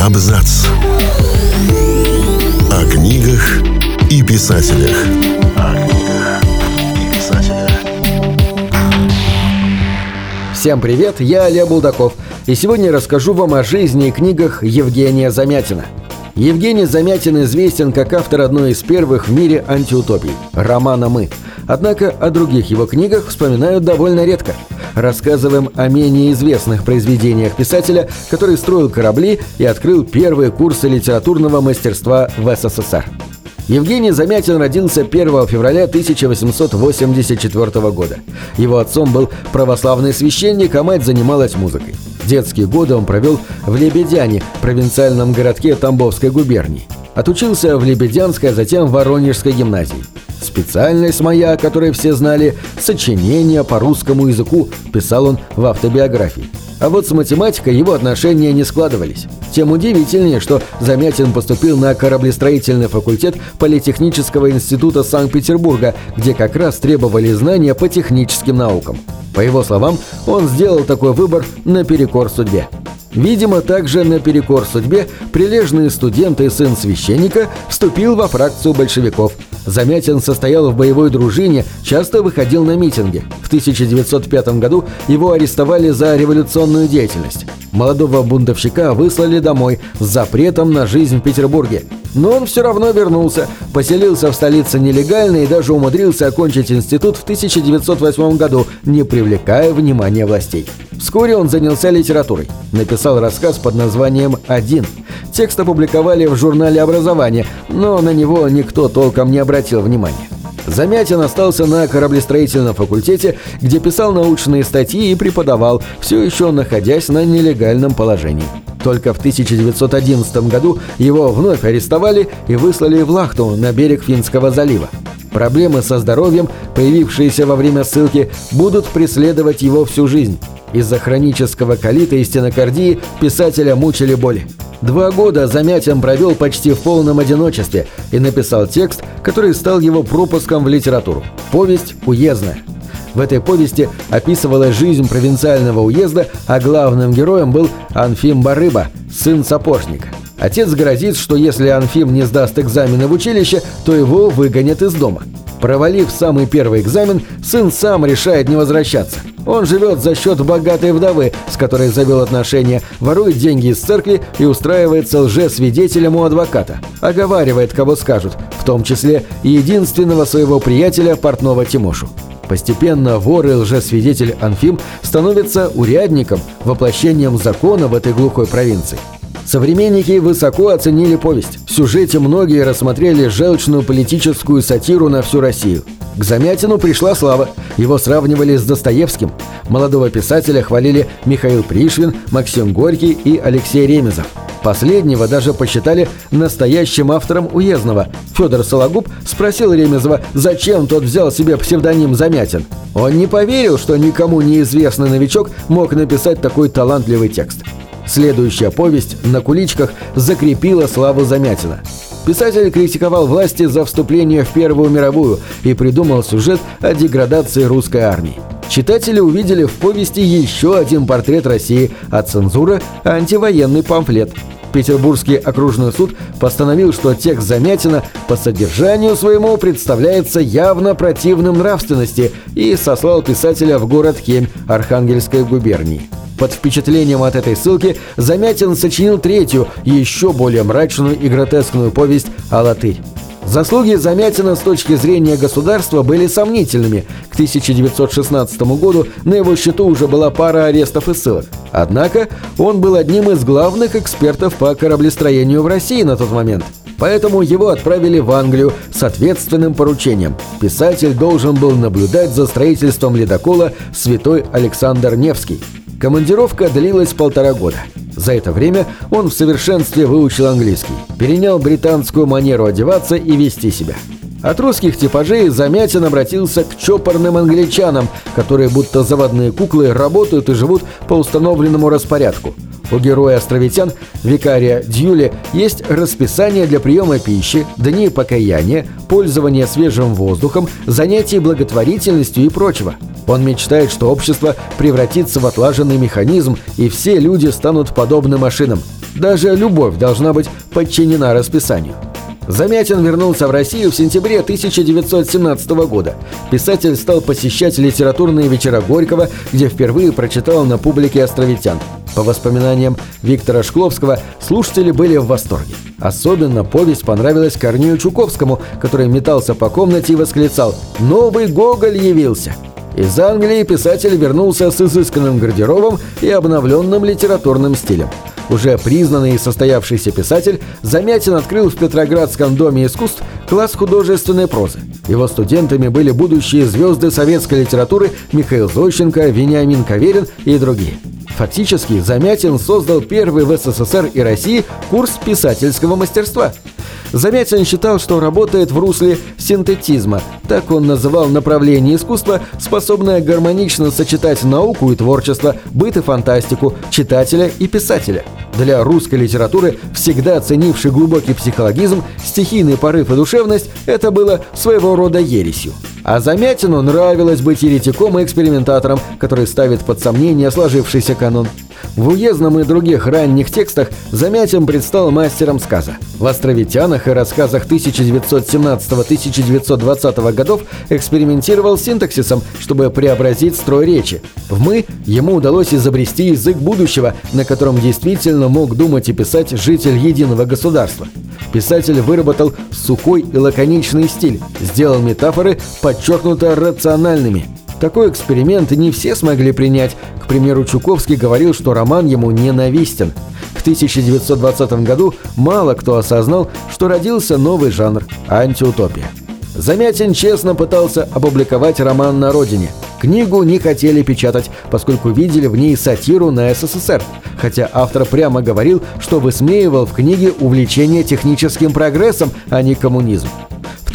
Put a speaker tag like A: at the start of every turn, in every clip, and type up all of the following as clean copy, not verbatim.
A: Абзац. О книгах и писателях.
B: Всем привет, я Олег Булдаков, и сегодня я расскажу вам о жизни и книгах Евгения Замятина. Евгений Замятин известен как автор одной из первых в мире антиутопий – романа «Мы». Однако о других его книгах вспоминают довольно редко. Рассказываем о менее известных произведениях писателя, который строил корабли и открыл первые курсы литературного мастерства в СССР. Евгений Замятин родился 1 февраля 1884 года. Его отцом был православный священник, а мать занималась музыкой. Детские годы он провел в Лебедяне, провинциальном городке Тамбовской губернии. Отучился в Лебедянской, а затем в Воронежской гимназии. «Специальность моя, о которой все знали, сочинение по русскому языку», писал он в автобиографии. А вот с математикой его отношения не складывались. Тем удивительнее, что Замятин поступил на кораблестроительный факультет Политехнического института Санкт-Петербурга, где как раз требовали знания по техническим наукам. По его словам, он сделал такой выбор наперекор судьбе. Видимо, также наперекор судьбе прилежный студент и сын священника вступил во фракцию большевиков. Замятин состоял в боевой дружине, часто выходил на митинги. В 1905 году его арестовали за революционную деятельность. Молодого бунтовщика выслали домой с запретом на жизнь в Петербурге. Но он все равно вернулся, поселился в столице нелегально и даже умудрился окончить институт в 1908 году, не привлекая внимания властей. Вскоре он занялся литературой. Написал рассказ под названием «Один». Текст опубликовали в журнале «Образование», но на него никто толком не обратил внимания. Замятин остался на кораблестроительном факультете, где писал научные статьи и преподавал, все еще находясь на нелегальном положении. Только в 1911 году его вновь арестовали и выслали в Лахту на берег Финского залива. Проблемы со здоровьем, появившиеся во время ссылки, будут преследовать его всю жизнь. Из-за хронического колита и стенокардии писателя мучили боли. 2 года Замятин провел почти в полном одиночестве и написал текст, который стал его пропуском в литературу. Повесть «Уездная». В этой повести описывалась жизнь провинциального уезда, а главным героем был Анфим Барыба, сын сапожника. Отец грозит, что если Анфим не сдаст экзамены в училище, то его выгонят из дома. Провалив самый первый экзамен, сын сам решает не возвращаться. Он живет за счет богатой вдовы, с которой завел отношения, ворует деньги из церкви и устраивается лжесвидетелем у адвоката. Оговаривает, кого скажут, в том числе и единственного своего приятеля, портного Тимошу. Постепенно вор и лжесвидетель Анфим становится урядником, воплощением закона в этой глухой провинции. Современники высоко оценили повесть. В сюжете многие рассмотрели желчную политическую сатиру на всю Россию. К Замятину пришла слава. Его сравнивали с Достоевским. Молодого писателя хвалили Михаил Пришвин, Максим Горький и Алексей Ремезов. Последнего даже посчитали настоящим автором «Уездного». Федор Сологуб спросил Ремезова, зачем тот взял себе псевдоним Замятин. Он не поверил, что никому неизвестный новичок мог написать такой талантливый текст. Следующая повесть «На куличках» закрепила славу Замятина. Писатель критиковал власти за вступление в Первую мировую и придумал сюжет о деградации русской армии. Читатели увидели в повести еще один портрет России, а цензура – антивоенный памфлет. Петербургский окружной суд постановил, что текст Замятина по содержанию своему представляется явно противным нравственности и сослал писателя в город Кемь Архангельской губернии. Под впечатлением от этой ссылки Замятин сочинил третью, еще более мрачную и гротескную повесть «Алатырь». Заслуги Замятина с точки зрения государства были сомнительными. К 1916 году на его счету уже была пара арестов и ссылок. Однако он был одним из главных экспертов по кораблестроению в России на тот момент. Поэтому его отправили в Англию с ответственным поручением. Писатель должен был наблюдать за строительством ледокола «Святой Александр Невский». Командировка длилась 1,5 года. За это время он в совершенстве выучил английский, перенял британскую манеру одеваться и вести себя. От русских типажей Замятин обратился к чопорным англичанам, которые будто заводные куклы работают и живут по установленному распорядку. У героя-островитян, викария Дьюли, есть расписание для приема пищи, дни покаяния, пользования свежим воздухом, занятий благотворительностью и прочего. Он мечтает, что общество превратится в отлаженный механизм, и все люди станут подобны машинам. Даже любовь должна быть подчинена расписанию. Замятин вернулся в Россию в сентябре 1917 года. Писатель стал посещать литературные вечера Горького, где впервые прочитал на публике «Островитян». По воспоминаниям Виктора Шкловского, слушатели были в восторге. Особенно повесть понравилась Корнею Чуковскому, который метался по комнате и восклицал: «Новый Гоголь явился!». Из Англии писатель вернулся с изысканным гардеробом и обновленным литературным стилем. Уже признанный и состоявшийся писатель, Замятин открыл в Петроградском доме искусств класс художественной прозы. Его студентами были будущие звезды советской литературы Михаил Зощенко, Вениамин Каверин и другие. Фактически, Замятин создал первый в СССР и России курс писательского мастерства. Замятин считал, что работает в русле синтетизма. Так он называл направление искусства, способное гармонично сочетать науку и творчество, быт и фантастику, читателя и писателя. Для русской литературы, всегда ценившей глубокий психологизм, стихийный порыв и душевность, это было своего рода ересью. А Замятину нравилось быть еретиком и экспериментатором, который ставит под сомнение сложившийся канон. В «Уездном» и других ранних текстах Замятин предстал мастером сказа. В «Островитянах» и рассказах 1917-1920 годов экспериментировал с синтаксисом, чтобы преобразить строй речи. В «Мы» ему удалось изобрести язык будущего, на котором действительно мог думать и писать житель единого государства. Писатель выработал сухой и лаконичный стиль, сделал метафоры подчеркнуто рациональными. Такой эксперимент не все смогли принять. К примеру, Чуковский говорил, что роман ему ненавистен. В 1920 году мало кто осознал, что родился новый жанр – антиутопия. Замятин честно пытался опубликовать роман на родине. Книгу не хотели печатать, поскольку видели в ней сатиру на СССР, хотя автор прямо говорил, что высмеивал в книге увлечение техническим прогрессом, а не коммунизм. В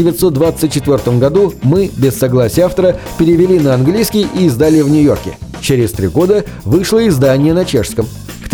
B: 1924 году мы, без согласия автора, перевели на английский и издали в Нью-Йорке. Через 3 года вышло издание на чешском. К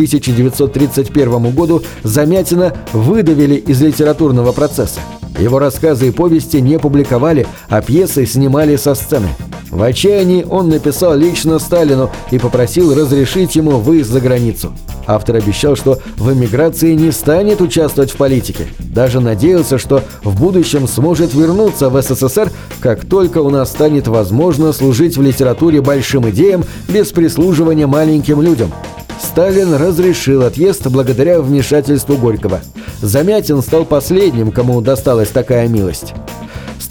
B: 1931 году Замятина выдавили из литературного процесса. Его рассказы и повести не публиковали, а пьесы снимали со сцены. В отчаянии он написал лично Сталину и попросил разрешить ему выезд за границу. Автор обещал, что в эмиграции не станет участвовать в политике. Даже надеялся, что в будущем сможет вернуться в СССР, как только у нас станет возможно служить в литературе большим идеям без прислуживания маленьким людям. Сталин разрешил отъезд благодаря вмешательству Горького. Замятин стал последним, кому досталась такая милость. С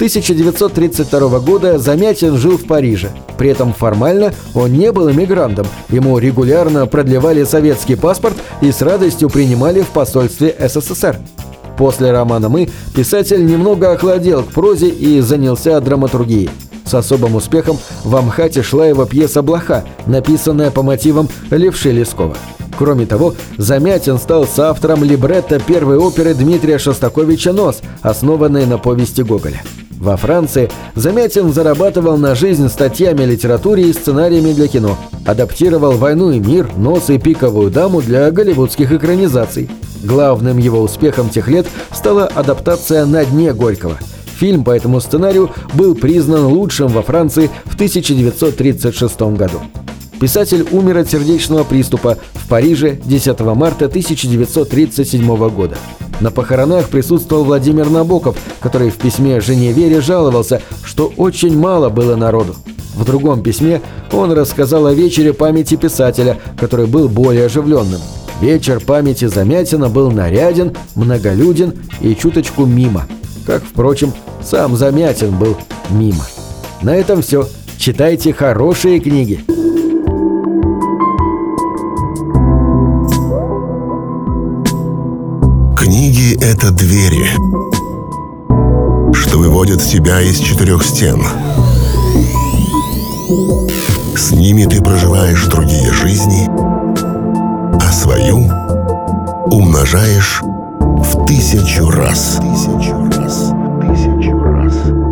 B: 1932 года Замятин жил в Париже. При этом формально он не был эмигрантом. Ему регулярно продлевали советский паспорт и с радостью принимали в посольстве СССР. После романа «Мы» писатель немного охладел к прозе и занялся драматургией. С особым успехом в Амхате шла его пьеса «Блоха», написанная по мотивам Левши Лескова. Кроме того, Замятин стал соавтором либретто первой оперы Дмитрия Шостаковича «Нос», основанной на повести Гоголя. Во Франции Замятин зарабатывал на жизнь статьями о литературе и сценариями для кино, адаптировал «Войну и мир», «Нос» и «Пиковую даму» для голливудских экранизаций. Главным его успехом тех лет стала адаптация «На дне» Горького. Фильм по этому сценарию был признан лучшим во Франции в 1936 году. Писатель умер от сердечного приступа в Париже 10 марта 1937 года. На похоронах присутствовал Владимир Набоков, который в письме жене Вере жаловался, что очень мало было народу. В другом письме он рассказал о вечере памяти писателя, который был более оживленным. Вечер памяти Замятина был наряден, многолюден и чуточку мимо. Как, впрочем, сам Замятин был мимо. На этом все. Читайте хорошие книги.
A: Книги — это двери, что выводят тебя из 4 стен. С ними ты проживаешь другие жизни, а свою умножаешь в 1000 раз. 1000 раз. 1000 раз.